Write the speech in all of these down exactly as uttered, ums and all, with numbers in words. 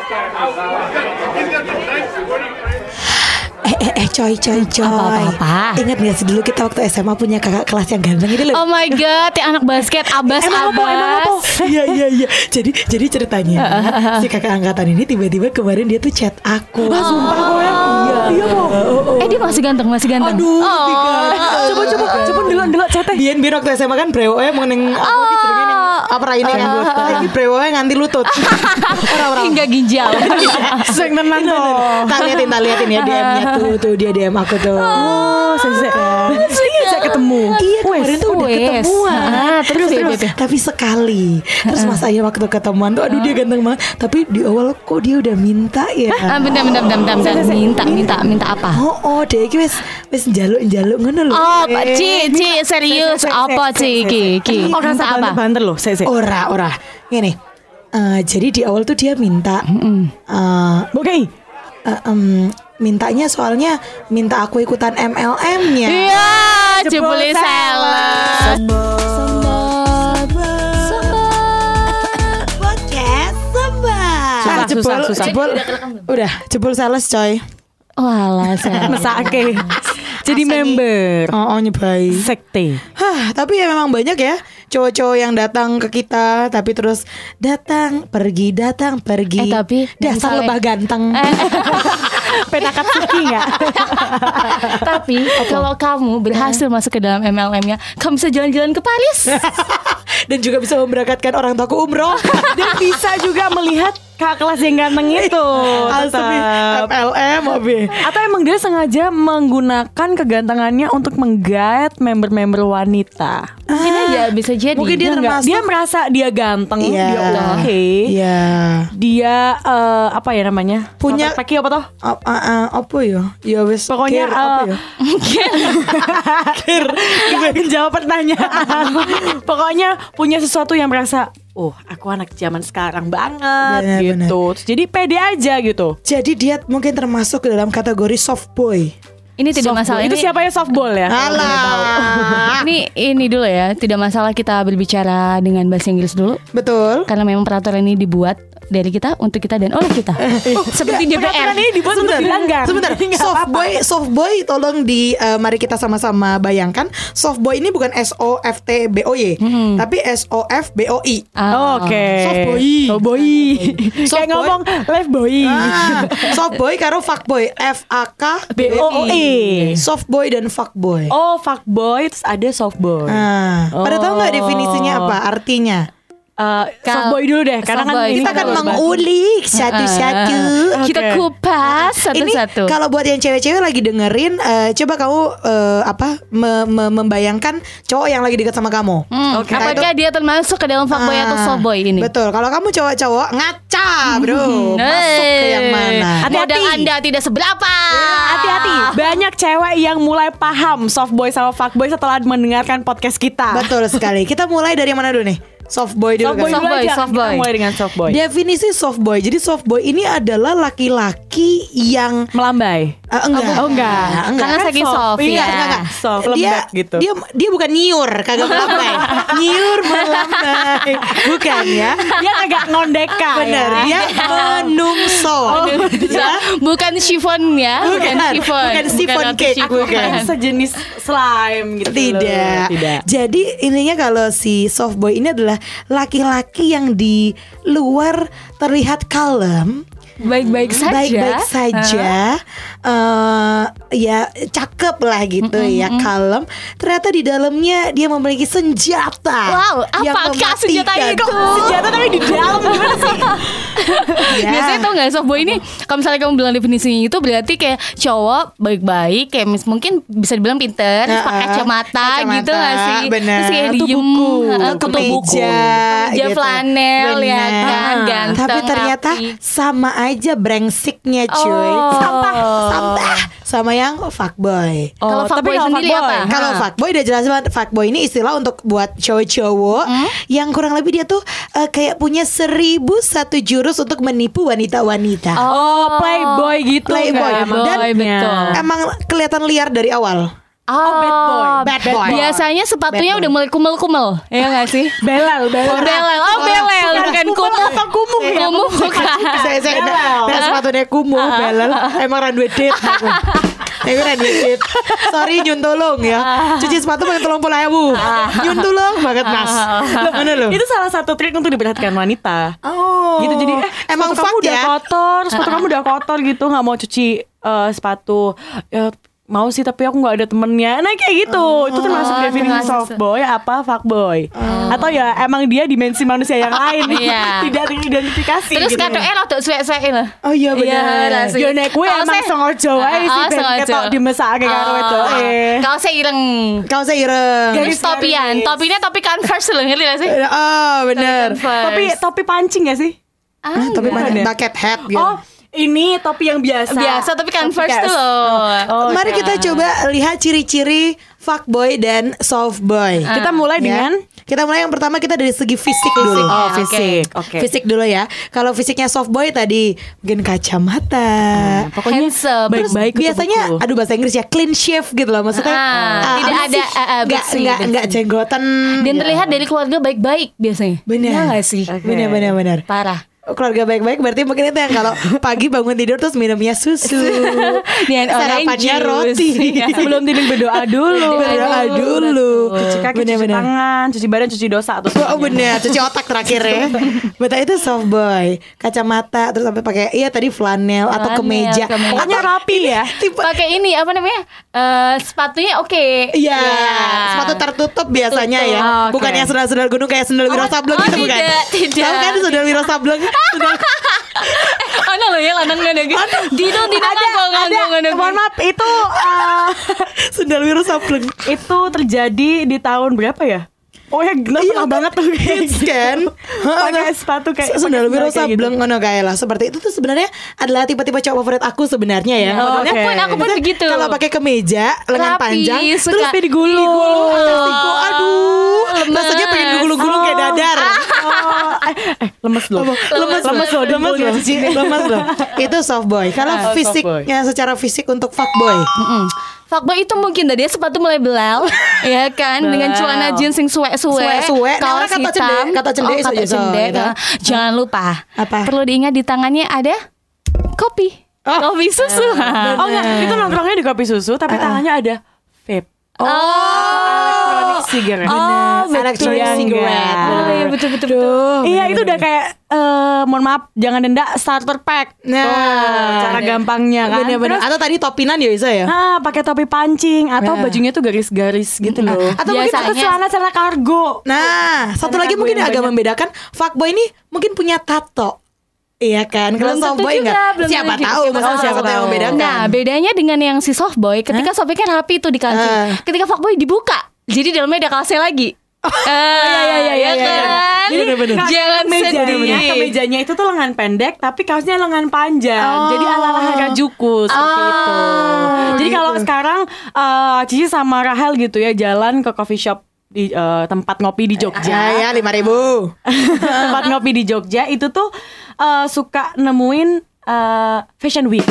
Eh, eh, eh, coy, coy, coy. Apa-apa? Ingat gak sih dulu kita waktu S M A punya kakak kelas yang ganteng ini loh. Oh my god, yang anak basket, Abas, Emang apa, emang apa? Abas. Iya, iya, iya. Jadi, jadi ceritanya si kakak angkatan ini tiba-tiba kemarin dia tuh chat aku. Ah, sumpah kok ya? Iya, iya mau. Eh dia masih ganteng, masih ganteng. Aduh, oh. lebih ganteng. Coba coba coba delok-delok chatnya. Biyen biyen waktu S M A kan brewoke mau ning apa iki jenenge ning apa raine kan. Saiki brewoke nganti lutut. Ora-ora. Hingga ginjal. Sing tenan toh. Tak liatin, tak liatin ya D M-nya tuh, tuh dia D M aku tuh. Oh, sese. Aslinya saya ketemu. Iya, kemarin tuh udah wes. ketemuan. Ah, terus, terus, terus. Tapi sekali. Terus Mas Ayah waktu ketemuan tuh aduh dia ganteng banget. Tapi di awal kok dia udah minta ya. Ah, bentar, bentar, bentar, bentar, bentar. Minta, minta, minta apa? Oh, oh, deh iki wis wis njaluk-njaluk ngono lho. Oh, Pak Ci, Ci, serius apa Ci iki? Iki. Oh, rasa Minta apa? banter loh, sese. Ora, ora. Ngene. Eh, jadi di awal tuh dia minta eh Oke. eh, em, mintanya soalnya minta aku ikutan M L M-nya. Iya, jebule sales. Podcast Sembah. Susah, Ah, jebol, susah, susah. jebol. Udah, jebol sales coy. Walah, sales. Mesake. Jadi member Oh, oh nyebai. sekte. Hah, tapi ya memang banyak ya cowok-cowok yang datang ke kita tapi terus datang pergi datang pergi. Eh, tapi dasar misalnya- lebah ganteng. Penakat suki enggak? Tapi kalau kamu berhasil masuk ke dalam M L M-nya, kamu bisa jalan-jalan ke Paris. Dan juga bisa memberangkatkan orang tuaku umroh. Dan bisa juga melihat kakak kelas yang ganteng itu. Asli Tetap. M L M abi. Atau emang dia sengaja menggunakan kegantengannya untuk menggait member-member wanita. Mungkin aja bisa jadi. Mungkin dia Dia, enggak, termasuk- dia merasa dia ganteng, Iya. dia oke. Iya. Dia eh, apa ya namanya? Punya- Paki apa toh? Ap- ah, ah, apa ya? Ya wis. Pokoknya care, apa eh, ya? Gak menjawab pertanyaan. Pokoknya punya sesuatu yang merasa, oh aku anak zaman sekarang banget Benar, gitu. Terus jadi pede aja gitu. Jadi dia mungkin termasuk ke dalam kategori soft boy. Ini tidak masalah. Itu Ini, siapa ya softball ya? Alah. ini ini dulu ya. Tidak masalah kita berbicara dengan bahasa Inggris dulu. Betul. Karena memang peraturan ini dibuat dari kita, untuk kita, dan oleh kita. Seperti D P R. Peraturan ini dibuat untuk dilanggar. Sebentar, Nggak soft apa-apa. boy, soft boy, tolong di eh, mari kita sama-sama bayangkan, soft boy ini bukan S O F T B O Y, tapi S O F B O I. Ah. Oke. Soft boy. Soft boy. Soft Kayak boy. ngomong live boy. Ah, soft boy karo fuck boy, F A K B O I. Soft boy dan fuck boy. Oh, fuck boy terus ada soft boy. Nah, pada tahu nggak Oh. definisinya apa? Artinya? Eh, soft Kal- boy dulu deh, karena soft kan boy. ini Kita kan akan baru bahas. mengulik satu-satu. Kita Oke. kupas Ini satu-satu. kalau buat yang cewek-cewek lagi dengerin, eh, coba kamu eh, apa me- me- membayangkan cowok yang lagi dekat sama kamu. Hmm, Oke. apakah dia termasuk ke dalam fuckboy atau Ah, softboy ini? Betul. Kalau kamu cowok-cowok ngaca, bro. Masuk ke yang mana? Hati-hati. Modal Anda tidak seberapa. Hati-hati, banyak cewek yang mulai paham soft boy sama fuck boy setelah mendengarkan podcast kita. Betul sekali. Kita mulai dari mana dulu nih? Soft boy dulu Soft boy kan? Soft dulu boy, aja. soft Kita boy. mulai dengan soft boy. Definisi soft boy. Jadi soft boy ini adalah laki-laki yang Melambai. eh, enggak. Oh enggak. Karena Kan saking soft. soft Iya, ya. enggak, enggak. Soft, dia, lembek gitu. Dia dia bukan nyiur, kagak melambai. Nyiur melambai. Bukan ya. Dia agak ngondeka. Benar, ya. dia menungso. Ya. Bukan chiffon ya, bukan Bukan, chiffon. bukan chiffon roti cake, chiffon. bukan. Sejenis slime gitu. loh. Tidak. Tidak. Jadi intinya kalau si soft boy ini adalah laki-laki yang di luar terlihat kalem, Baik-baik saja. baik-baik saja, eh, ya cakep lah gitu ya, kalem. Ternyata di dalamnya dia memiliki senjata. Wow, yang apakah senjata mematikan. itu? Senjata tapi di dalam gimana sih? Ya. Biasanya tau gak softboy ini, kalau misalnya kamu bilang definisinya itu berarti kayak cowok baik-baik, kayak mis- mungkin bisa dibilang pinter, Heeh. pakai kacamata, Kacamata, gitu gak sih? bener. Terus kayak Tutup diem, buku, heeh, tutup tutup buku, meja, kemeja gitu. flanel ya Bener. kan, ganteng, Tapi ternyata rapi. sama aja brengsiknya cuy. Oh. Sampah, sampah sama yang fuckboy. Kalau Oh, tapi fuckboy kalau sendiri fuckboy, apa? Kalau Hah. fuckboy udah jelas banget. Fuckboy ini istilah untuk buat cowok-cowok yang kurang lebih dia tuh eh, kayak punya seribu satu jurus untuk menipu wanita-wanita. Oh, playboy gitu. Playboy. nggak? Boy, Dan betul. Emang kelihatan liar dari awal. Oh, bad boy. Bad boy. Biasanya sepatunya Bad boy. udah mulai kumel-kumel, ya nggak sih? Belel, belel. Belel, oh belel, bukan kumuh. Apa kumuh ya? Kumuh bukan. Saya saya Belel. nah sepatunya kumuh belel. Emang randuwe dit. Tapi randuwe dit. Sorry nyun tolong ya. Cuci sepatu pakai telung puluh ewu. Nyun tolong banget Mas. Mana lo? Itu salah satu trik untuk diperhatikan wanita. Oh. Gitu jadi eh, emang sepatu kamu fuck udah ya. kotor, sepatu kamu udah kotor gitu, nggak mau cuci eh, sepatu. Ya, mau sih tapi aku nggak ada temennya. Nah kayak gitu. Oh. Itu termasuk Oh, definisi termasuk. soft boy apa fuck boy. Atau ya emang dia dimensi manusia yang lain. Iya. Tidak teridentifikasi. Terus gitu. kadang eh rodok suwek-suwek lah. Oh iya benar. lah sih. Yo nek kuwi Kaosnya- emang sengaja wae sih Oh, ben sengaja. ketok dimesake karo wedoke. Kaosnya ireng. Kau saya ireng. Terus topian, topinya topi Converse loh, ngerti gak sih? Oh benar. Tapi topi pancing gak sih? Ah, Tapi enggak. mana bucket hat gitu. Oh, ini topi yang biasa. Biasa tapi Converse Topi tuh kaos. loh. Oh, Mari oke. kita coba lihat ciri-ciri fuckboy dan softboy. Kita mulai Ya. dengan Kita mulai yang pertama kita dari segi fisik dulu. Fisik. Oh, Oke. fisik. Oke. Fisik dulu ya. Kalau fisiknya softboy tadi mungkin kacamata. Pokoknya Handsome. baik-baik Terus biasanya kutu-kutu. aduh bahasa Inggris ya clean shave gitu loh maksudnya. Ah, ah, tidak apa ada, sih? ah, ah, nggak bersih, nggak bersih. nggak jenggotan. Dan Ya. terlihat dari keluarga baik-baik biasanya. Benar. Iya gak sih? Oke. Benar benar benar. Parah. Keluarga baik-baik berarti mungkin itu yang kalau pagi bangun tidur terus minumnya susu. Dan orange Sarapannya juice. roti. Iya. Sebelum tidur berdoa dulu. Berdoa dulu. Cuci kaki, cuci Benar-benar. tangan, cuci badan, cuci dosa atau Oh bener, cuci otak terakhir ya. Betul itu soft boy. Kacamata terus sampai pakai iya tadi flanel atau Flanel, kemeja. kemeja. Pokoknya rapi ya. Tipe Pakai ini apa namanya? Eh, sepatunya oke. Iya, Ya. sepatu tertutup biasanya ya. Tertutup. Bukan Oke. yang sendal-sendal gunung kayak sendal Wiro Oh, Sableng oh, gitu bukan? tidak, tidak. Tahu kan sendal Wiro Sableng? Sendal- Ana loh ya lanang ngene iki. Dino dino Ada, nganggo ada. nganggo ngono. Mohon maaf, itu uh, Sendal Wiro Sableng. itu terjadi di tahun berapa ya? Oh ya, gila Iya, pernah banget tuh kayak hits gitu. kan? Pakai sepatu kayak sendal pakai Wiro kayak gitu. Sableng ngono kayak lah. Seperti itu tuh sebenarnya adalah tipe-tipe cowok favorit aku sebenarnya ya. Oh, Aku oke. pun aku pun Maksudnya begitu. Kalau pakai kemeja lengan Rapi, panjang suka. terus Tapi digulung. digulung atas siku. Aduh, lemes. rasanya pengen digulung-gulung kayak dadar. Oh, eh, eh, lemes loh. lemes lemes loh, lemes dengkulnya, loh Cici. lemes loh itu soft boy kalau Ah, soft fisiknya secara fisik untuk fuck boy Mm-mm. Fuckboy itu mungkin tadi sepatu mulai belal, ya kan, dengan Belal. celana jeans yang suwe-suwe, Suwe-suwe. Nah, kaos orang kata hitam, cendek, kata cendek oh, iso kata iso, cendek. gitu. Nah, jangan lupa, Apa? perlu diingat di tangannya ada kopi, Oh. kopi susu. Oh enggak, itu nongkrongnya di kopi susu tapi tangannya ada vape. Oh, Electronic cigarette. oh, betul. Electronic Iya, cigarette. enggak. Oh, iya, betul betul betul. Iya itu udah kayak eh mohon maaf jangan denda starter pack. Nah, Tuh, cara gampangnya kan. bener-bener. Terus, Atau tadi topinan ya bisa ya. ah, pakai topi pancing atau Nah. bajunya tuh garis-garis gitu loh. Atau mungkin Biasanya- atau celana-celana kargo. Nah, satu lagi Karena mungkin gue yang yang agak banyak. membedakan fuckboy ini mungkin punya tato. Iya kan? Kalau Belum tentu softboy juga, enggak. belum Siapa tentu juga. tahu Siapa masa tahu, siapa siapa tahu yang tahu. membedakan. Nah, bedanya dengan yang si softboy, ketika softboy kan rapi itu di kancing. Ah. Ketika fuckboy dibuka, jadi dalamnya ada kaosnya lagi. Ah, iya, iya, iya, iya, iya. kan? Jadi bener-bener. Jangan Mejanya, sedih. kemejanya itu tuh lengan pendek tapi kaosnya lengan panjang. Oh. Jadi ala-ala Harajuku seperti Oh, itu. Jadi kalau gitu. sekarang eh, Cici sama Rahel gitu ya jalan ke coffee shop di eh, tempat ngopi di Jogja. Ya ya lima ribu. Tempat ngopi di Jogja itu tuh eh, suka nemuin eh, fashion week.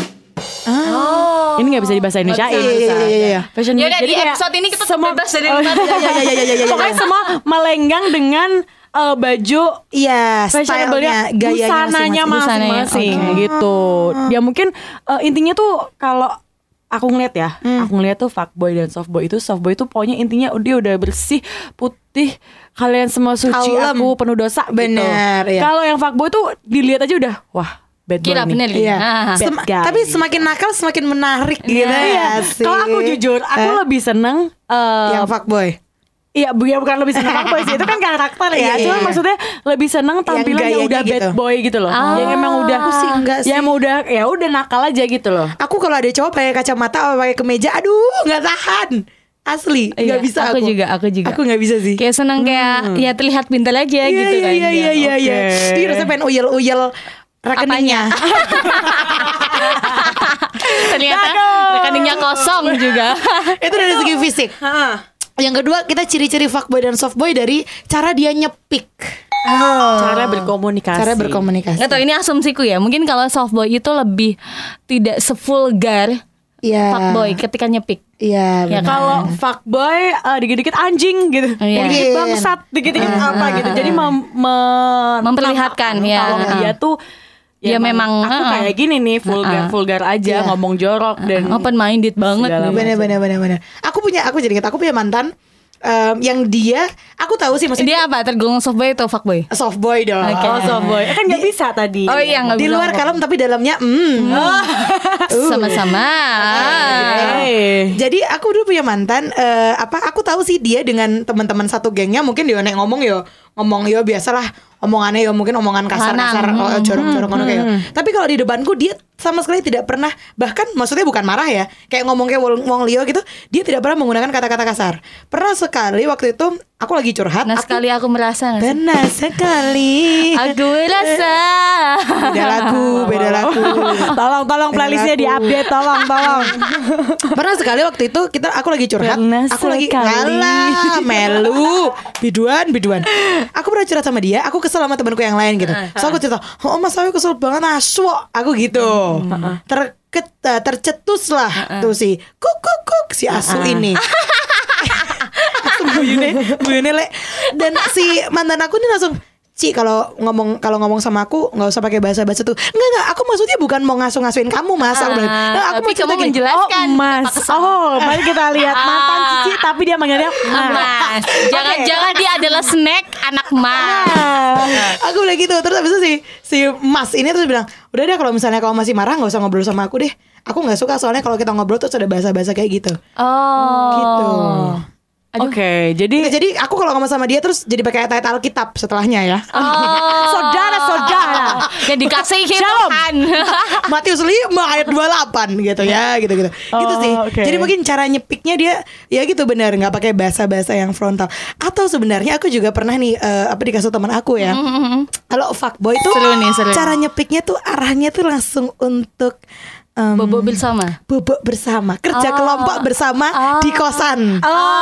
Oh. Ini nggak bisa dibahasa Indonesiain. Iya, iya, susah. iya, iya. Fashion week. Yaudah, Jadi di kayak episode ini kita semua- bebas dari Oh, lima- iya, iya, iya, iya, iya, iya. Pokoknya semua melenggang dengan eh, baju Iya, fashionable-nya, stylenya, gayanya busananya masing-masing. masing-masing Busananya, oke. gitu. Ya mungkin eh, intinya tuh kalau aku ngeliat ya, Hmm. aku ngeliat tuh fuckboy dan softboy itu, softboy itu pokoknya intinya dia udah bersih, putih, kalian semua suci, Kalem. aku penuh dosa. Bener, gitu. iya. Kalau yang fuckboy tuh dilihat aja udah, wah bad boy Kira nih. bener Iya. Ah. Sem- Bad guy. tapi semakin nakal semakin menarik gitu Iya. ya sih. Kalau aku jujur, aku Eh, lebih seneng eh, yang fuckboy. Iya, bu- ya bukan lebih seneng fuckboy sih, itu kan karakter Iya, ya. iya, Cuma iya. maksudnya lebih seneng tampilan yang, gayanya udah gitu. bad boy gitu loh. Ah. Yang emang udah Aku sih enggak sih. Yang emang udah ya udah nakal aja gitu loh. Aku kalau ada cowok pakai kacamata atau pakai kemeja, aduh nggak tahan. Asli, nggak Iya, bisa aku aku. juga, aku juga. Aku nggak bisa sih. Kayak seneng kayak ya terlihat pintar aja Iya, gitu iya, kan. Iya iya iya iya. Oke. Ih, rasanya pengen uyel-uyel rekeningnya. Ternyata rekeningnya kosong juga. Itu dari segi fisik. Yang kedua kita ciri-ciri fuckboy dan softboy dari cara dia nyepik. Cara berkomunikasi. Cara berkomunikasi. Nggak tahu, ini asumsiku ya. Mungkin kalau softboy itu lebih tidak sevulgar Iya. fuckboy ketika nyepik. Iya, Ya, benar. Kalau fuckboy uh, dikit-dikit anjing gitu, Iya. dikit-dikit bangsat, dikit-dikit apa gitu. Jadi mem- me- Memperlihatkan, ya. kalau Uh-uh. dia tuh Ya, memang, aku uh-uh. kayak gini nih, vulgar vulgar aja, Iya. ngomong jorok dan Open minded banget. segala nih. bener bener bener bener. Aku punya aku jadi ingat aku punya mantan em, yang dia aku tahu sih maksudnya Dia apa? Tergolong softboy atau fuckboy? soft boy dong. Oke. oh softboy kan nggak bisa tadi. Oh iya, nggak Di bisa luar ngomong. kalem tapi dalamnya mm. Sama-sama. Eh. Jadi aku dulu punya mantan eh, apa aku tahu sih dia dengan teman-teman satu gengnya mungkin dia nek ngomong yo ngomong yo biasalah omongannya yo mungkin omongan kasar-kasar Lanang. oh, jorok-jorok ngono kayak yo. Tapi kalau di depanku dia sama sekali tidak pernah bahkan maksudnya bukan marah ya kayak ngomong kayak wong, wong Leo gitu dia tidak pernah menggunakan kata-kata kasar. Pernah sekali waktu itu aku lagi curhat Nah aku, sekali aku merasa nggak sih? benar sekali Aku rasa. beda lagu beda lagu Tolong tolong playlistnya Beda lagu. diupdate, tolong tolong. Pernah sekali waktu itu kita aku lagi curhat, Pernah aku lagi sekali. ngalah, melu, biduan, biduan. Aku pernah curhat sama dia, aku kesel sama temanku yang lain gitu. So aku cerita, oh mas aku kesel banget asu, aku gitu. Ter tercetus lah tuh si kuk kuk kuk si asu ini. Buyune, buyune le. Dan si mantan aku ini langsung Ci kalau ngomong kalau ngomong sama aku nggak usah pakai bahasa-bahasa tuh. Enggak enggak, aku maksudnya bukan mau ngasuh-ngasuhin kamu, Mas. Aku bilang, "Nah, aku tapi mau cerita kamu gini." menjelaskan. Oh mas, oh mari kita lihat mantan Cici tapi dia manggilnya Mas, jangan-jangan dia adalah snack anak mas. Aku bilang gitu. Terus habis itu si si Mas ini terus bilang, "Udah deh kalau misalnya kamu masih marah nggak usah ngobrol sama aku deh. Aku nggak suka soalnya kalau kita ngobrol tuh ada bahasa-bahasa kayak gitu." Oh, Gitu. Oke, jadi Nah, jadi aku kalau ngomong sama dia terus jadi pakai ayat-ayat Alkitab setelahnya ya. Oh. saudara-saudara. Dan dikasihi Shalom. Tuhan. Matius lima ayat dua puluh delapan gitu ya, gitu-gitu. Gitu Oh, sih. oke. Jadi mungkin cara nyepiknya dia ya gitu benar, nggak pakai bahasa-bahasa yang frontal. Atau sebenarnya aku juga pernah nih eh, apa dikasih teman aku ya. Kalau fuckboy tuh Seru nih, seru. cara nyepiknya tuh arahnya tuh langsung untuk em, Bobo bersama. bobok bersama, kerja Oh. kelompok bersama Oh. di kosan.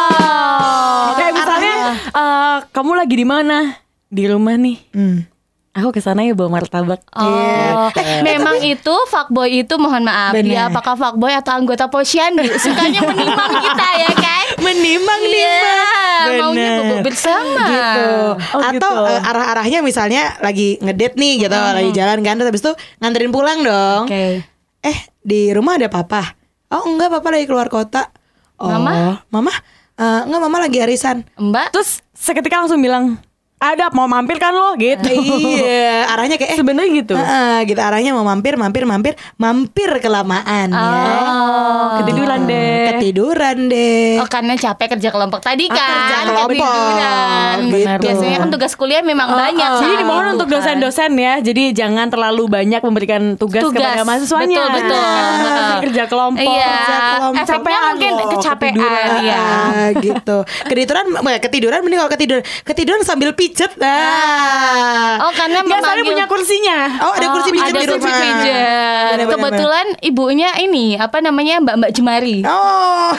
Oh, kayak misalnya eh, kamu lagi di mana? Di rumah nih. Hmm. Aku kesana ya bawa martabak. Oh, memang itu fuckboy itu mohon maaf Bener. dia apakah fuckboy atau anggota posyandu sukanya menimang kita ya kan? Menimang Iya, nimang. maunya Bener. bobo bersama. Gitu. Oh, Atau gitu. eh, arah-arahnya misalnya lagi ngedate nih gitu, lagi jalan kan terus habis itu nganterin pulang dong. Oke. Eh, di rumah ada papa? Oh, enggak, papa lagi keluar kota. Oh, Mama? Mama? Eh, enggak, mama lagi arisan. Mbak, Terus seketika langsung bilang, ada mau mampir kan lo gitu. Iya, arahnya kayak eh Sebenarnya gitu. Heeh, gitu arahnya mau mampir, mampir, mampir, mampir kelamaan ya. Oh, ketiduran deh. Ketiduran deh. oh karena capek kerja kelompok tadi Ah, kan, kerja kelompok. ketiduran. Gitu. Biasanya kan tugas kuliah memang banyak. Jadi Sal. dimohon untuk Bukan. dosen-dosen ya. Jadi jangan terlalu banyak memberikan tugas, Tugas. kepada mahasiswanya. Betul, betul. Nah, kerja kelompok. Iya, Kerja kelompok. efeknya Kecapean mungkin loh, kecapean ketiduran. ya. Ah, gitu. Ketiduran, eh, ketiduran mending kalau ketiduran, ketiduran sambil pijet. Nah. Oh karena Biasanya memanggil punya kursinya. Oh, ada kursi pijet ada di kursi rumah. pijet. Bener-bener. Kebetulan ibunya ini apa namanya Mbak-mbak Jemari. Oh.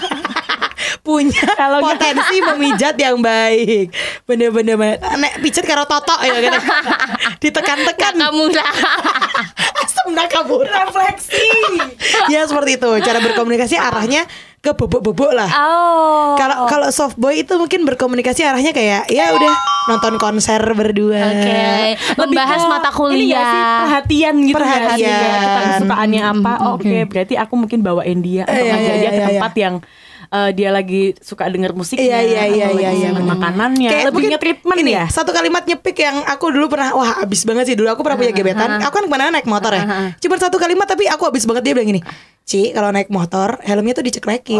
Punya Kalau nggak- potensi memijat yang baik. Bener-bener bener. Nek pijet karo totok ya gitu. Ditekan-tekan. Kamu lah. Asam nakabur. Refleksi. Ya seperti itu. Cara berkomunikasi arahnya ke bobok-bobok lah. Oh. Kalau kalau soft boy itu mungkin berkomunikasi arahnya kayak ya udah nonton konser berdua. Oke. Membahas ke mata ini nggak sih, kuliah. perhatian gitu ya, Perhatian. kayak kita kesukaannya apa. Oh, oke, berarti aku mungkin bawain dia atau Iya, ngajak iya, dia ke iya, tempat yang eh, dia lagi suka denger musiknya, Iya iya iya atau iya lagi iya seneng bener. makanannya, Kayak lebih mungkin nge-treatment ini ya. Satu kalimat nyepik yang aku dulu pernah wah abis banget sih dulu aku pernah punya gebetan. Aku kan kemana naik motor ya. Cuma satu kalimat tapi aku abis banget dia bilang gini. Ci kalau naik motor helmnya tuh diceklekin.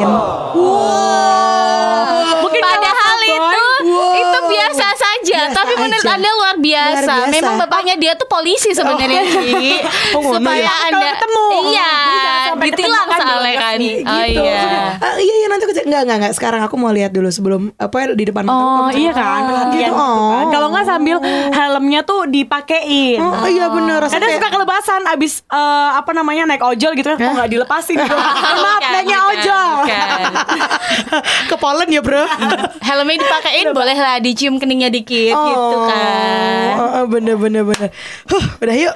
Wow. Mungkin Padahal kalau itu Wow. itu biasa saja, Biasa tapi menurut aja. Anda luar biasa. Luar biasa. Memang bapaknya dia tuh polisi sebenarnya, Ci. Oh, ngono Supaya ya? Anda Kalau ketemu. Iya, Jadi jangan sampai ditilang ketemu kan soalnya belum kan. resmi, Oh Gitu. iya. Ah, iya iya nanti aku cek enggak enggak enggak sekarang aku mau lihat dulu sebelum apa di depan mata aku, Oh aku iya cek. kan, Oh, perhatian gitu. gitu kan. Oh. Kalau nggak sambil helmnya tuh dipakein. Oh iya bener. Kadang Kayak- suka kelebasan abis eh, apa namanya naik ojol gitu kan, kok nggak dilepasin gitu. Maaf Bukan, naiknya bukan, ojol. bukan. ke Poland ya bro. Helmnya dipakein boleh lah dicium keningnya dikit gitu kan. Oh, oh, bener bener bener. Huh, udah yuk.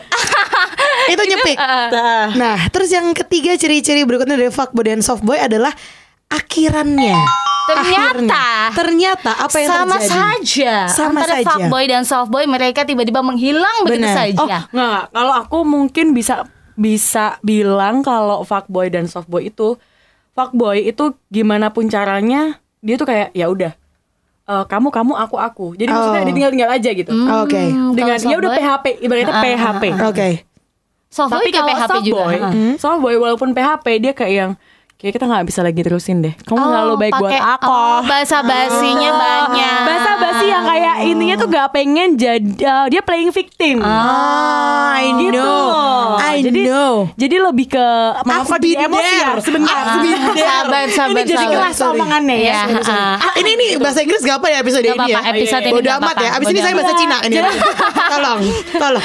Itu nyepik. Nah, terus yang ketiga ciri-ciri berikutnya dari fuckboy dan softboy adalah akhirannya. Ternyata Ternyata apa yang sama terjadi? saja Sama antara saja. fuckboy dan softboy, mereka tiba-tiba menghilang begitu Benar. saja. Oh, enggak. Kalau aku mungkin bisa bisa bilang kalau fuckboy dan softboy itu, fuckboy itu gimana pun caranya dia tuh kayak ya udah. eh, kamu kamu aku aku. Jadi maksudnya Oh. ditinggal-tinggal aja gitu. Oh, Oke. Hmm, Dengan kalau ya udah P softboy, H P, ibaratnya P H P. Oke. softboy Tapi juga kalau P H P juga. softboy, Heeh. softboy walaupun P H P dia kayak yang kayak kita nggak bisa lagi terusin deh. Kamu terlalu baik buat pakai- aku. Oh, bahasa basinya banyak. Bahasa basi yang kayak intinya tuh gak pengen jadi uh, dia playing victim. Ah, I Gitu. know. I jadi, know. Jadi lebih ke I've apa di been emosi ya there. sebentar. I've been there. Sabar, sabar, Ini jadi sabar. kelas Sorry. omongannya ya. Iya, Sorry, sorry. heeh. Ah, ini nih bahasa Inggris gak apa ya episode Gak ini apa-apa, ya? episode ini Bodo gak amat apa-apa. ya. Abis ini Bodo saya bahasa amat. Cina ini. Tolong, tolong.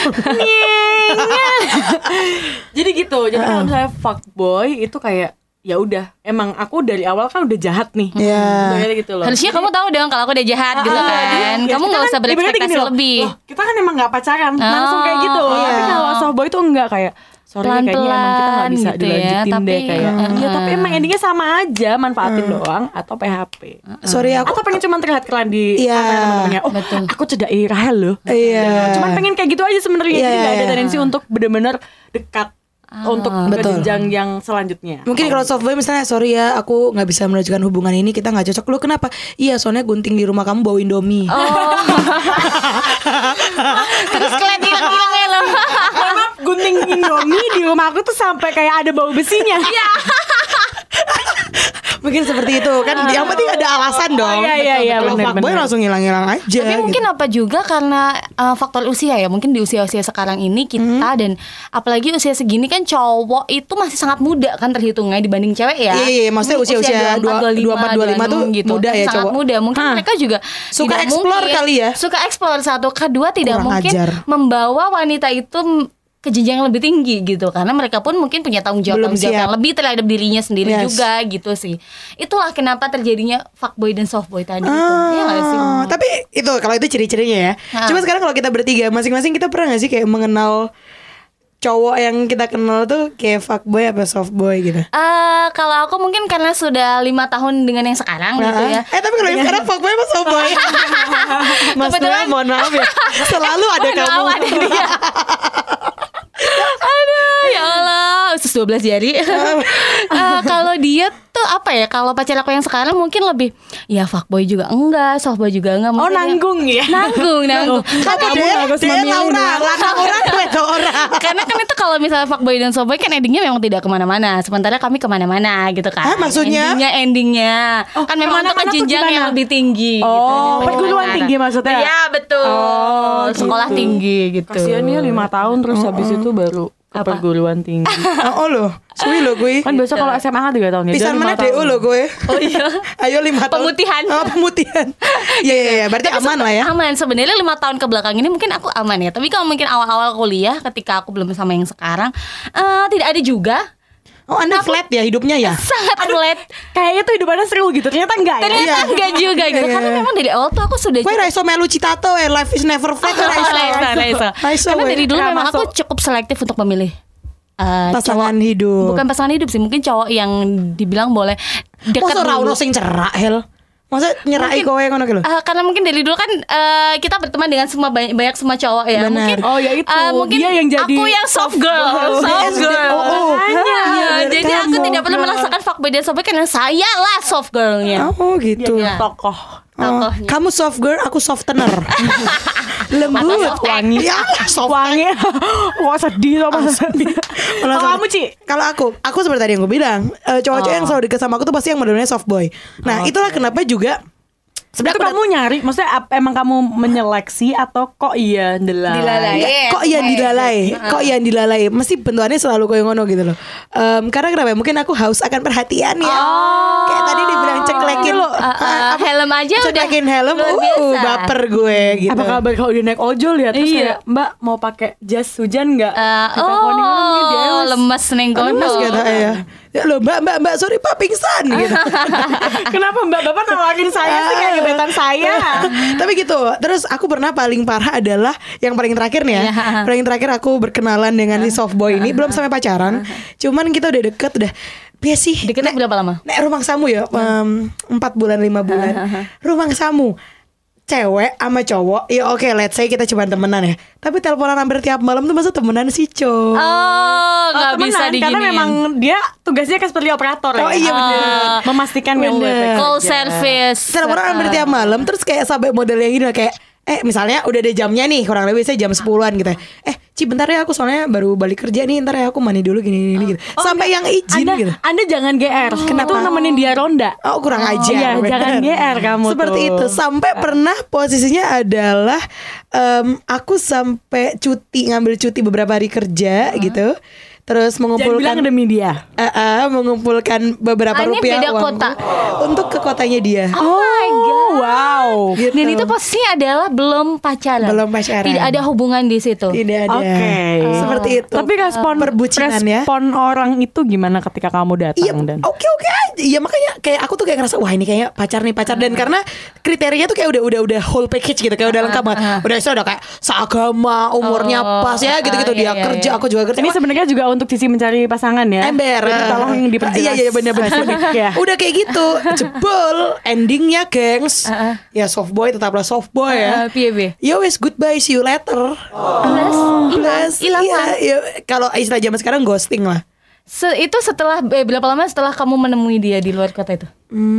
Jadi gitu. Jadi kalau misalnya fuckboy itu kayak ya udah, emang aku dari awal kan udah jahat nih. Iya. Kayak gitu loh. Harusnya kamu tahu dong kalau aku udah jahat gitu Ah, kan. jadi, ya Kamu kita nggak kan usah ibaratnya berekspektasi gini loh, lebih. loh, kita kan emang nggak pacaran, langsung kayak gitu. iya. Tapi kalau softboy itu enggak kayak sorry kayaknya emang kita nggak bisa Pelan-pelan gitu ya, dilanjutin tapi- deh kayak. Heeh. Iya, tapi emang endingnya sama aja, manfaatin doang atau P H P. Sorry aku. Atau pengen cuma terlihat keren di Iya. apa teman-temannya. Oh, Betul. aku cedai Rahel loh. Iya. Cuman pengen kayak gitu aja sebenarnya. Iya, Jadi nggak ada iya. tendensi untuk benar-benar dekat untuk ke Betul. jenjang yang selanjutnya. Mungkin kalau softboy misalnya sorry ya aku nggak bisa melanjutkan hubungan ini, kita nggak cocok. Lu kenapa? Iya soalnya gunting di rumah kamu bawa Indomie. Oh. Terus kalian hilang-hilang ya loh. Maaf, gunting Indomie di rumah aku tuh sampai kayak ada bau besinya. Iya. Mungkin seperti itu kan. Yang penting ada alasan dong. iya, iya, iya, Kalau benar, fuckboy benar. langsung hilang-hilang aja. Tapi mungkin gitu. apa juga karena uh, faktor usia ya. Mungkin di usia-usia sekarang ini kita dan apalagi usia segini kan cowok itu masih sangat muda kan terhitungnya dibanding cewek ya. Iya, iya, maksudnya usia-usia dua- dua puluh empat, dua puluh lima tuh muda ya sangat cowok. muda. Mungkin Hah. mereka juga Suka tidak explore mungkin- kali ya? Suka explore satu, kedua tidak Kurang mungkin ajar. membawa wanita itu m- ke jenjang yang lebih tinggi gitu karena mereka pun mungkin punya tanggung jawab Belum tanggung jawab siap. yang lebih terhadap dirinya sendiri Yes. juga gitu sih. Itulah kenapa terjadinya fuckboy dan softboy tadi itu. Iya nggak sih? Ah, tapi itu kalau itu ciri-cirinya ya. Ah. Cuma sekarang kalau kita bertiga masing-masing kita pernah gak sih kayak mengenal cowok yang kita kenal tuh kayak fuckboy apa softboy gitu? Eh, kalau aku mungkin karena sudah lima tahun dengan yang sekarang gitu Nah, ya. Eh tapi kalau yang sekarang fuckboy apa softboy? Mas Kebetulan- Noel, mohon maaf ya. Selalu ada Oh, kamu. maaf, ada dia. Aduh, ya Allah, usus dua belas jari. Eh, kalau dia tuh apa ya? Kalau pacar aku yang sekarang mungkin lebih ya fuckboy juga enggak, softboy juga enggak. Oh, Mungkin yang- nanggung ya. Nanggung, nanggung. Tapi Kamu dia, harus dia memilih Laura, nih. lanang orang wedo orang. Karena kan itu kalau misalnya fuckboy dan softboy kan endingnya memang tidak kemana-mana. Sementara kami kemana-mana gitu kan. Hah, maksudnya? Endingnya, endingnya Oh, kan memang untuk kemana-mana ke tuh jenjang gimana? yang lebih tinggi. Oh, gitu. perguruan tinggi maksudnya? Iya betul. Oh, Sekolah gitu. tinggi gitu. Kasian ya lima tahun terus habis itu baru ke Apa? perguruan tinggi. Oh, oh loh, suwi lo gue. Kan biasa kalau S M A kan tiga tahun ya. Pisan dia lima mana D U tahun. lo gue. Oh iya. Ayo lima tahun. Pemutihan. Oh pemutihan. Iya iya iya. Berarti Tapi aman se- lah ya. Aman. Sebenarnya lima tahun ke belakang ini mungkin aku aman ya. Tapi kalau mungkin awal-awal kuliah ketika aku belum sama yang sekarang, eh tidak ada juga. Oh anda flat ya hidupnya ya. Sangat flat. Kayaknya tuh hidupannya seru gitu. Ternyata enggak ya. Ternyata Iya. enggak juga gitu. Iya, iya, Karena iya. memang dari awal tuh aku sudah Gue raiso melu citato ya life is never flat. Oh, Raiso. Raisa, Raisa. Raiso, Karena we. dari dulu Nggak memang aku masuk. cukup selektif untuk memilih eh, Pasangan cowok. hidup. Bukan pasangan hidup sih, mungkin cowok yang dibilang boleh dekat Masa dulu. rauno sing cerak hel. Masa nyerai Mungkin- kowe ngono ki lho. Eh, karena mungkin dari dulu kan eh, kita berteman dengan semua banyak, banyak semua cowok ya. Benar. Mungkin Oh, ya itu. eh, mungkin Dia yang jadi aku yang soft girl, soft soft girl. girl. Oh, oh. Makanya. Iya, Jadi kamu. aku tidak perlu merasakan fuckboy dan softboy karena saya lah soft girlnya. Oh gitu. Iya. Tokoh. Oh, Tokohnya. kamu soft girl, aku softener. Lembut. Atau softbank. Ya, soft. Wangi. Wah sedih sama. Kalau Kalau kamu Ci? Kalau aku, aku seperti tadi yang gue bilang, eh, cowok-cowok yang selalu deket sama aku tuh pasti yang modelnya soft boy. Nah, itulah kenapa juga Itu sebenarnya aku kamu nyari, maksudnya ap- emang kamu menyeleksi atau kok iya delalai? Dilalai. Nggak, kok iya dilalai, kok iya dilalai. Mesti bentukannya selalu kayak ngono gitu loh. Em, karena kenapa? Mungkin aku haus akan perhatian ya. Kayak tadi dibilang ceklekin Uh, uh, helm aja udah ceklekin helm, luar uh, biasa. baper gue gitu. Apa kabar kalau dia naik ojol ya terus Iya. kayak Mbak mau pakai jas hujan nggak? Eh, Diteleponin orang mungkin dia oh, lemas. lemas neng Aduh, kono. Mas kata ya. Ya loh mbak mbak mbak sorry pak pingsan gitu. Kenapa Mbak Bapak nawarin saya sih kayak gebetan saya? Tapi gitu. Terus aku pernah paling parah adalah yang paling terakhir nih ya. Iya. Paling terakhir aku berkenalan dengan si soft boy ini belum sampai pacaran. Cuman kita udah deket udah Biasa sih. Deketnya berapa lama? Nek rumah samu ya, em, empat bulan lima bulan. Rumah samu cewek sama cowok, ya oke, let's say kita cuma temenan ya. Tapi teleponan hampir tiap malam tuh masa temenan sih, Cok. Oh, nggak Oh, bisa temenan, diginiin. karena memang dia tugasnya kan seperti operator Oh ya. iya bener. Ah, memastikan yang Bener. Call service. Teleponan hampir tiap malam, terus kayak sampai model yang gini kayak eh misalnya udah ada jamnya nih, kurang lebih saya jam sepuluhan gitu ya. Eh Ci bentar ya, aku soalnya baru balik kerja nih, ntar ya aku mandi dulu gini gini gitu. Sampai yang izin Anda, gitu. Anda jangan G R. Kenapa? Itu nemenin dia ronda. Oh kurang aja. Iya, jangan G R kamu Seperti tuh. itu. Sampai pernah posisinya adalah em, aku sampai cuti, ngambil cuti beberapa hari kerja gitu. Terus Jangan bilang mengumpulkan demi dia. eh, eh, mengumpulkan beberapa Ah, ini rupiah beda uangku kota. untuk ke kotanya dia. Oh my god. Wow. Gitu. Dan itu posisinya adalah belum pacaran. Belum pacaran. Tidak ada hubungan di situ. Tidak ada. Oke. Seperti itu. Tapi respon perbucinan ya. respon orang itu gimana ketika kamu datang Iya, dan oke oke aja. Iya makanya kayak aku tuh kayak ngerasa wah ini kayaknya pacar nih pacar dan karena kriterianya tuh kayak udah udah udah whole package gitu kayak udah lengkap banget. Udah itu udah kayak seagama, umurnya Oh, pas ya gitu-gitu ah, dia iya, iya, kerja, iya. aku juga kerja. ini Wah, sebenarnya juga untuk sisi mencari pasangan ya. ember. Jadi tolong diperjelas. Iya iya benar-benar. Ya. Udah kayak gitu. Jebol endingnya gengs. Ya soft boy tetaplah soft boy ya. Ah, piye piye. Ya wes goodbye see you later. Plus, Plus hilang iya, kan? iya. Kalau istilah zaman sekarang ghosting lah. Se- itu setelah eh, berapa lama setelah kamu menemui dia di luar kota itu?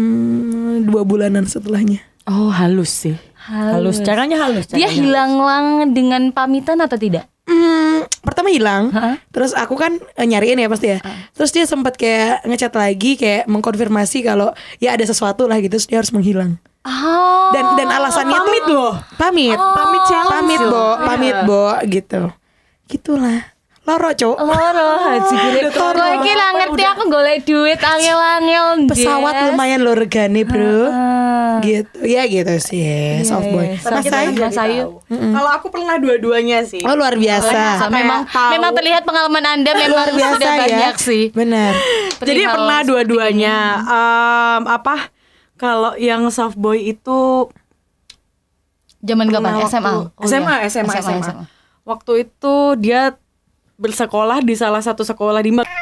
Hmm, dua bulanan setelahnya. Oh, halus sih. Halus. Caranya halus. Dia caranya. hilang-lang dengan pamitan atau tidak? Hmm, pertama hilang, Hah? terus aku kan eh, nyariin ya pasti ya. Terus dia sempat kayak ngechat lagi, kayak mengkonfirmasi kalau ya ada sesuatu lah gitu, terus dia harus menghilang. Oh. Dan dan alasannya pamit tuh, loh. pamit, Pamit challenge pamit loh. bo, pamit Iya. bo, gitu, gitulah. Loro cowok. loro sikile. Kowe iki lah ngerti aku golek duit angel-angel Pesawat Jess. lumayan lo regane bro. Ah. Gitu, ya gitu sih, soft boy. iya. Mas Sakit Sai? hati. Mas Ayu. Kalau aku pernah dua-duanya sih. Oh luar biasa. So, memang tahu. memang terlihat pengalaman Anda memang Luar biasa sudah ya. banyak sih. Benar. Jadi Perihal pernah seperti dua-duanya. Em, apa? Kalau yang soft boy itu Zaman kapan? pernah S M A. waktu- Oh, S M A, iya. S M A, S M A. Waktu itu dia bersekolah di salah satu sekolah di Mek.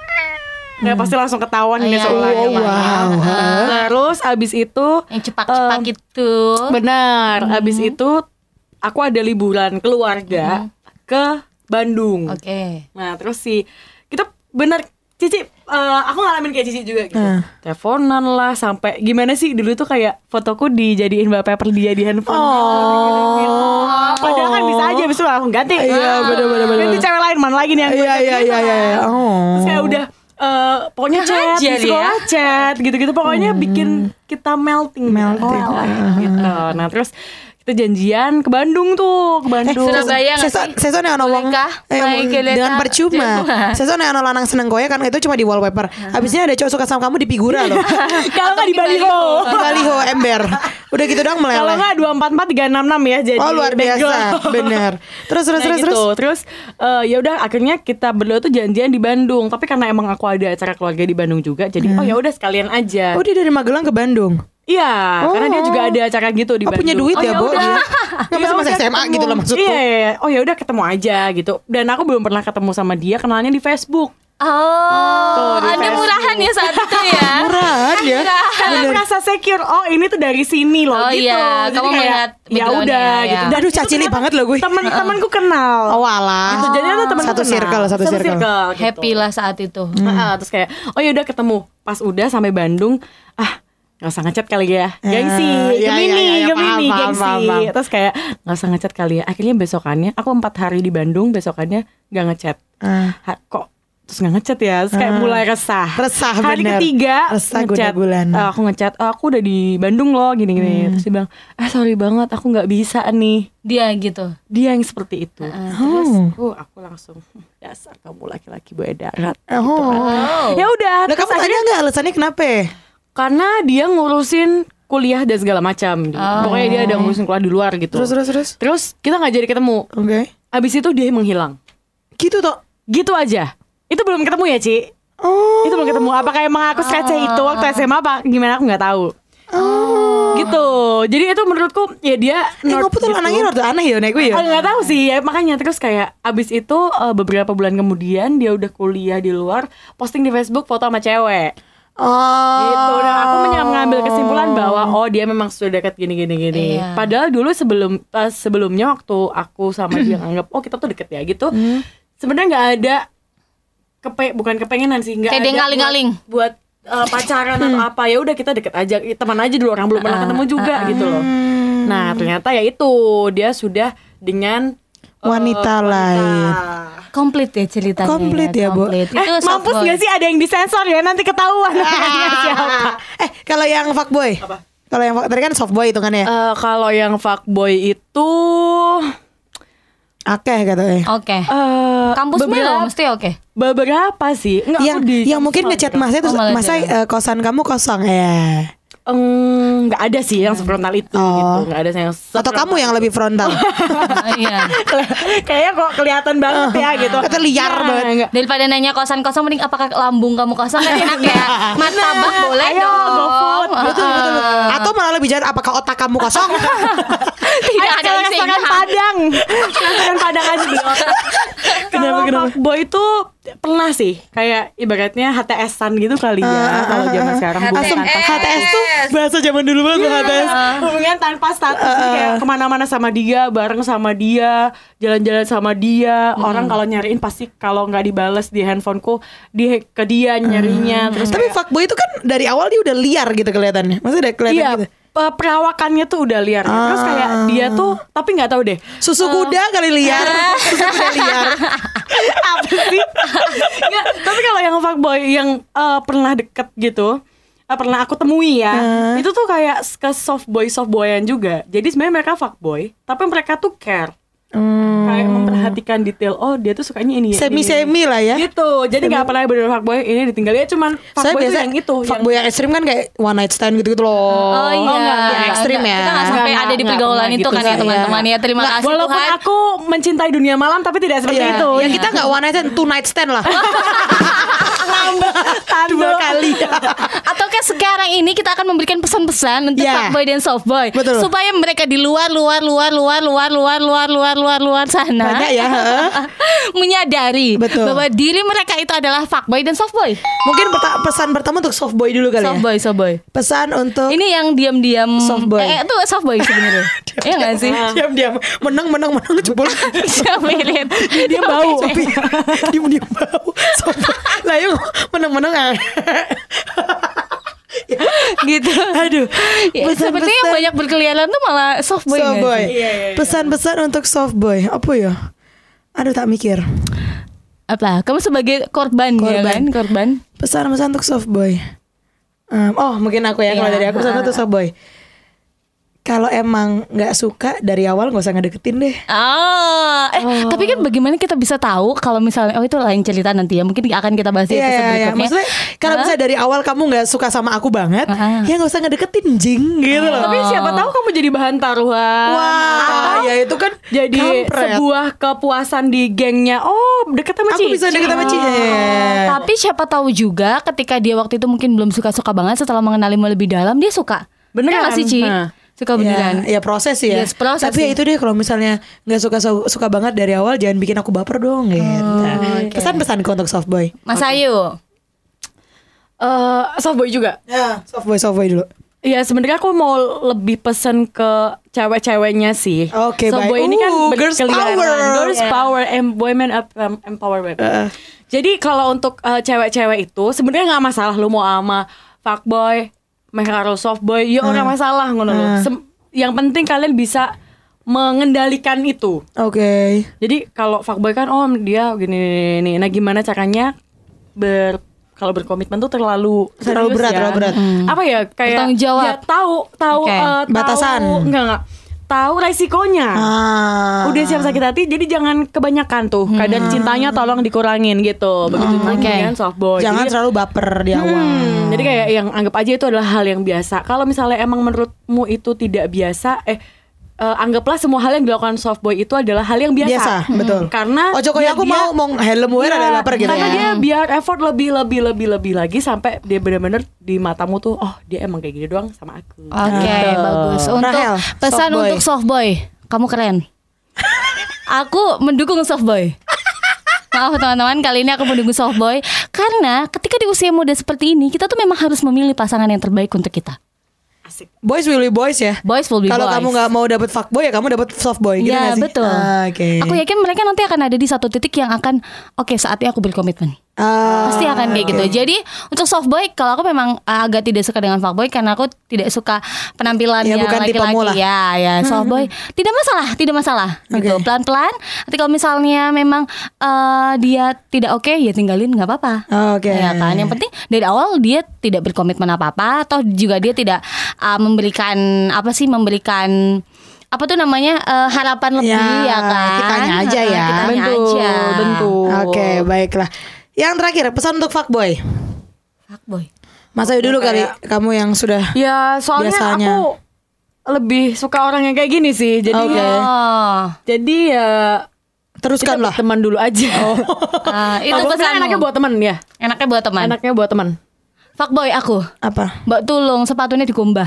Ya pasti langsung ketahuan ini Iya, sekolahnya. Oh, mana. wow. Terus abis itu Yang cepak-cepak Em, itu. benar, abis itu aku ada liburan keluarga ke Bandung. Oke. Nah terus si kita bener Cici, eh, aku ngalamin kayak Cici juga gitu. Hmm. Teleponan lah sampai gimana sih dulu tuh kayak fotoku dijadiin wallpaper dia di handphone. Oh. Padahal kan bisa aja besok aku ganti. Iya, bener, bener, bener, Ganti bener. cewek lain mana lagi nih yang gue Iya ganti iya gitu iya kan. iya. Oh. Terus kayak udah eh, pokoknya chat Hajar di ya. sekolah chat gitu-gitu pokoknya bikin kita melting Melting. gitu. Nah terus kita janjian ke Bandung tuh ke Eh, Bandung. Surabaya nggak seso, sih? seso nih ono wong Bolehkah? eh, Main keleta- dengan percuma. Seso nih ono lanang seneng kowe kan itu cuma di wallpaper. Habisnya ada cowok suka sama kamu di figura loh. Kalau nggak di baliho. Di baliho ember. Udah gitu doang Kalau meleleh. nggak dua empat empat tiga enam enam ya jadi. Oh luar biasa, background. bener. Terus terus Nah, terus gitu. terus. Terus eh, ya udah akhirnya kita berdua tuh janjian di Bandung. Tapi karena emang aku ada acara keluarga di Bandung juga, jadi oh ya udah sekalian aja. Oh dia dari Magelang ke Bandung. Iya, Oh. karena dia juga ada acara gitu di Oh, Bandung. punya duit oh, ya, Bo? udah. Nggak Ya masa masih udah, S M A ketemu. gitu loh maksudku. Iya, iya, iya. Oh ya udah ketemu aja gitu. Dan aku belum pernah ketemu sama dia, kenalnya di Facebook. Oh, Tuh, di Anda Facebook. murahan ya saat itu ya. Murahan ya. Karena merasa secure. Oh, ini tuh dari sini loh Oh, gitu. iya, Jadi kamu kayak, melihat ya background-nya, udah ya. gitu. Dan Aduh itu cacili ternyata banget loh gue. Temen-temenku kenal. Oh alah. Gitu. Jadi ada temen Satu circle, satu circle. gitu. Happy lah saat itu. Heeh, terus kayak oh ya udah ketemu. Pas udah sampai Bandung, ah nggak usah ngechat kali ya, gengsi, iya, Gemini, iya, iya, Gemini, paham, gengsi. paham, paham. Terus kayak nggak usah ngechat kali ya. Akhirnya besokannya, aku empat hari di Bandung, besokannya nggak ngechat. Ah. Ha, kok terus nggak ngechat ya? Terus kayak Ah. mulai resah. Resah, Hari bener. ketiga Resah ngechat. guna-gulana. Eh, aku ngechat, oh, aku udah di Bandung loh, gini-gini. Terus dia bilang, ah sorry banget, aku nggak bisa nih. Dia gitu. Dia yang seperti itu. Terus, Oh. oh, aku langsung "Hmm, dasar kamu laki-laki buaya darat. Oh. Ya udah, Lah terus kamu tanya nggak alasannya kenapa? karena dia ngurusin kuliah dan segala macam. Pokoknya dia ada ngurusin kuliah di luar gitu. Terus terus terus. Terus kita nggak jadi ketemu. Oke. Abis itu dia menghilang. Gitu toh. Gitu aja. Itu belum ketemu ya, Ci? Oh. Itu belum ketemu. Apakah emang aku sekece itu waktu S M A apa gimana aku nggak tahu. Oh. gitu. Jadi itu menurutku ya dia Eh ngopo tuh lanangnya rada aneh ya nek kuwi ya. Oh, nggak tahu sih ya, makanya terus kayak abis itu uh, beberapa bulan kemudian dia udah kuliah di luar, posting di Facebook foto sama cewek. Oh. Gitu. Dan aku mengambil kesimpulan bahwa oh dia memang sudah dekat gini gini gini. Iya. Padahal dulu sebelum uh, sebelumnya waktu aku sama dia nganggap oh kita tuh deket ya gitu. Hmm. Sebenarnya nggak ada kepe bukan kepengenan sih, nggak Kayak ada dia ngaling-ngaling. buat, buat uh, pacaran atau apa. Ya udah kita deket aja, teman aja dulu, orang belum pernah ketemu juga gitu loh. Nah ternyata ya itu dia sudah dengan uh, Wanita lain. Komplit ya ceritanya. Komplit ya, Bu. komplit. Eh, Itu mampus softboy. gak sih ada yang disensor ya nanti ketahuan siapa. Eh kalau yang fuckboy. Kalau yang fuck- tadi kan softboy itu kan ya. Eh, kalau yang fuckboy itu Akeh katanya. Oke. eh Kampus beberapa, Milo mesti oke. beberapa sih. Enggak, yang aku di yang mungkin kampus ngechat malah masnya terus Oh, malah masa dia. eh, kosan kamu kosong ya. Em, nggak ada sih yang sefrontal itu Oh. gitu, nggak ada yang Atau kamu yang lebih frontal. Iya. kayaknya kok kelihatan banget ya gitu. Atau liar Nggak, banget. nggak. Daripada nanya kosan kosong mending apakah lambung kamu kosong kan enak ya. Martabak boleh Ayo, dong. GoFood. Betul, betul, betul. Atau malah lebih jahat apakah otak kamu kosong? Tidak Ayo ada ke isinya. restoran Padang. Restoran Padang aja di otak. Kalau fuckboy itu pernah sih kayak ibaratnya H T S-an gitu kali ya kalau zaman sekarang hubungan Asem, tanpa H T S tuh bahasa zaman dulu banget tuh H T S. hubungan tanpa status jadi kayak kemana-mana sama dia, bareng sama dia, jalan-jalan sama dia. Orang kalau nyariin pasti kalau nggak dibales di handphoneku di ke dia nyarinya. Terus Tapi fuckboy itu kan dari awal dia udah liar gitu kelihatannya. Maksudnya udah kelihatan iya, gitu. pe- perawakannya tuh udah liar. Terus kayak dia tuh tapi nggak tahu deh. Susu kuda kali liar. Susu kuda liar. Apa sih? Nggak, tapi kalau yang fuckboy yang eh, pernah deket gitu, eh, pernah aku temui ya, itu tuh kayak ke soft boy soft boyan juga. Jadi sebenarnya mereka fuckboy, tapi mereka tuh care. Kayak memperhatikan detail. Oh dia tuh sukanya ini. Semi-semi lah ya. Gitu. Jadi nggak pernah bener fuckboy ini ditinggal ya. Cuman Saya fuckboy tuh biasa yang itu. fuckboy yang ekstrim kan kayak one night stand gitu-gitu loh. Oh iya, enggak, enggak, ekstrim ya. Kita nggak sampai Enggak, ada di enggak pergaulan pernah itu gitu kan ya sih. teman-teman ya. Terima Nggak, kasih walaupun Tuhan. aku mencintai dunia malam tapi tidak seperti Iya. itu. Ya kita nggak one night stand, two night stand lah. Dua kali. Atau kayak sekarang ini kita akan memberikan pesan-pesan untuk Ya. fuckboy dan softboy Betul. supaya mereka di luar luar luar luar luar luar luar luar luar luar sana Banyak ya, heeh. menyadari Betul. bahwa diri mereka itu adalah fuckboy dan softboy. Mungkin peta- pesan pertama untuk softboy dulu kali ya. Softboy, softboy. Pesan untuk Ini yang diam-diam Softboy. Eh, itu softboy sebenarnya. Iya enggak sih? diam-diam menang menang menang jebol. Jamilin. Dia bau. Dia diam bau. Softboy. Lah yuk menang-menang ah. gitu. Aduh. Ya, Pesan-pesan- sepertinya yang banyak berkeliaran tuh malah softboy. nggak Softboy. sih? Pesan-pesan untuk softboy. Apa ya? Aduh tak mikir. Apa? Kamu sebagai korban, ya Korban. kan? Korban. Pesan-pesan untuk softboy. Um, oh mungkin aku ya kalau Iya. dari aku pesan untuk softboy. Kalau emang nggak suka dari awal nggak usah ngedeketin deh. Ah, eh tapi kan bagaimana kita bisa tahu kalau misalnya oh itu lain cerita nanti ya mungkin akan kita bahas di Iya, episode iya, iya. berikutnya. Maksudnya kalau Hah? misalnya dari awal kamu nggak suka sama aku banget, Ah. ya nggak usah ngedeketin jing gitu loh. Tapi siapa tahu kamu jadi bahan taruhan. Wah, ya itu kan Jadi kampret. sebuah kepuasan di gengnya. Oh, deket sama Aku Cici. bisa deket sama Cici. Oh, tapi siapa tahu juga ketika dia waktu itu mungkin belum suka-suka banget setelah mengenalimu lebih dalam dia suka. Bener Beneran. gak sih Ci? Nah. Suka beneran. Ya, ya proses sih ya. Yes, proses Tapi ya sih. itu deh kalau misalnya nggak suka suka banget dari awal jangan bikin aku baper dong gitu. oke. Pesan-pesanku untuk softboy. Mas Ayu. Eh, softboy juga. Ya, softboy softboy dulu. Iya sebenarnya aku mau lebih pesen ke cewek-ceweknya sih. Oke, Softboy baik. ini kan Uh, girls berkeliaran. power. Girls Yeah. power, em- women up, em- empowerment. Uh. Jadi kalau untuk eh, cewek-cewek itu sebenarnya nggak masalah lu mau ama fuckboy, mereka harus softboy, ya orang masalah ngono loh. Sem- Yang penting kalian bisa mengendalikan itu. Oke. Jadi kalau fuckboy kan oh dia gini nih. Nah gimana caranya ber kalau berkomitmen tuh terlalu Terlalu serius berat, ya. terlalu berat. Apa ya kayak Bertanggung jawab. ya tahu tahu Oke. eh, tahu- Batasan. enggak enggak tahu resikonya. Ah. Udah siap sakit hati jadi jangan kebanyakan tuh. Kadar cintanya tolong dikurangin gitu. Begitu juga Oke. kan softboy. Jangan Jadi- terlalu baper di awal. Hmm, jadi kayak yang anggap aja itu adalah hal yang biasa. Kalau misalnya emang menurutmu itu tidak biasa, eh uh, anggaplah semua hal yang dilakukan softboy itu adalah hal yang biasa. Biasa, betul. Karena Oh Jokowi dia- aku dia- mau mau helm wear Iya, ada lapar gitu karena ya. dia biar effort lebih lebih lebih lebih lagi sampai dia benar-benar di matamu tuh, oh dia emang kayak gini doang sama aku. Oke, Gitu. bagus. Untuk Rahel, pesan softboy. untuk softboy, kamu keren. Aku mendukung softboy. Maaf teman-teman, kali ini aku mendukung softboy karena ketika di usia muda seperti ini, kita tuh memang harus memilih pasangan yang terbaik untuk kita. Asik. Boys will be boys ya. Boys will be Kalau boys. kamu nggak mau dapet fuckboy ya kamu dapet softboy gitu Ya nggak sih? betul. Ah, Oke. Aku yakin mereka nanti akan ada di satu titik yang akan, oke saatnya aku berkomitmen. Ah, Pasti akan kayak oke. gitu. Jadi untuk softboy, kalau aku memang uh, agak tidak suka dengan fuckboy karena aku tidak suka penampilan Ya, yang bukan tipemu lah. laki-laki. Ya, ya softboy tidak masalah, tidak masalah. Gitu. Oke. Pelan-pelan. Nanti kalau misalnya memang uh, dia tidak oke, ya tinggalin nggak apa-apa. Oke. Ya kan. Yang penting dari awal dia tidak berkomitmen apa-apa, atau juga dia tidak uh, memberikan apa sih memberikan apa tuh namanya uh, harapan lebih Ya, ya, kan. kitanya aja ya. Kitanya Bentul, aja. bentul. Oke, baiklah. Yang terakhir pesan untuk fuckboy. Fuckboy. Mas Ayu dulu kali, kayak- kamu yang sudah. Ya soalnya Biasanya. aku lebih suka orang yang kayak gini sih. Jadi Oke. Oh. jadi ya Teruskan kita lah. teman dulu aja. Oh. Ah, itu Maksudnya pesanmu. enaknya buat teman ya. Enaknya buat teman. Enaknya buat teman. Fuckboy aku. Apa? Mbak tulung sepatunya dikumbah.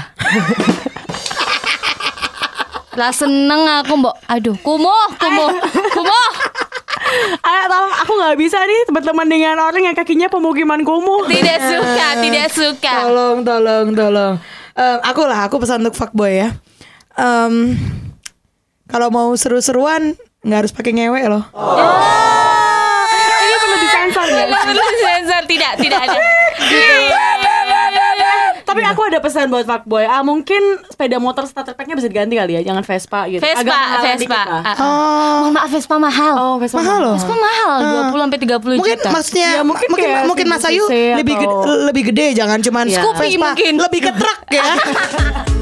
Lah seneng aku mbak. Aduh, kumuh, kumuh, kumuh. Ayo tolong, aku nggak bisa nih teman-teman dengan orang yang kakinya pemukiman kumuh. Tidak suka, tidak suka. Tolong, tolong, tolong. Em, aku lah, aku pesan untuk fuckboy ya. Em, kalau mau seru-seruan nggak harus pakai ngewek loh. Ini perlu disensor ya. Perlu sensor, tidak, tidak ada. Tapi aku ada pesan buat fuckboy. Ah mungkin sepeda motor starter pack-nya bisa diganti kali ya, jangan Vespa gitu. Vespa, mahalan Vespa. dikit lah. Ah, ah. Oh, Mohon maaf, Vespa mahal. Oh, Vespa mahal loh. Vespa mahal, dua puluh sampai tiga puluh Mungkin juta. maksudnya Ya, mungkin mungkin kayak mungkin Mas Ayu seribu cc lebih gede, atau- lebih gede jangan cuman Iya. Scoopy Vespa, mungkin. lebih ke truk ya.